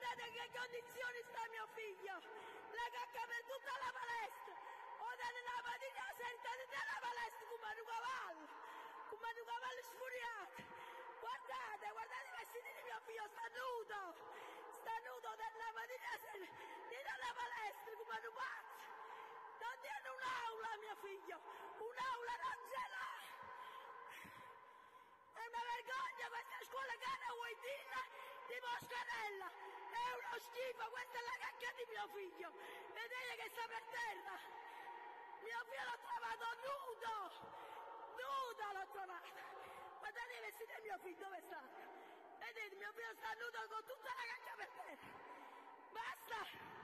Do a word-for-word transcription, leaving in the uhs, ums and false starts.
Guardate in che condizioni sta mio figlio! La cacca per tutta la palestra! O nella mattina sentate dalla palestra come un cavallo! Come un cavallo sfuriato! Guardate, guardate i vestiti di mio figlio, sta nudo! Sta nudo dalla mattina sentate alla palestra come un pazzo! Non tiene un'aula mio figlio! Un'aula non ce l'ha! È una vergogna questa scuola cara Waitina di Moscarella! È uno schifo, questa è la cacca di mio figlio! Vedete che sta per terra! Mio figlio l'ho trovato nudo! Nudo l'ho trovato! Guardate i vestiti di mio figlio, dove sta? Vedete, mio figlio sta nudo con tutta la cacca per terra! Basta!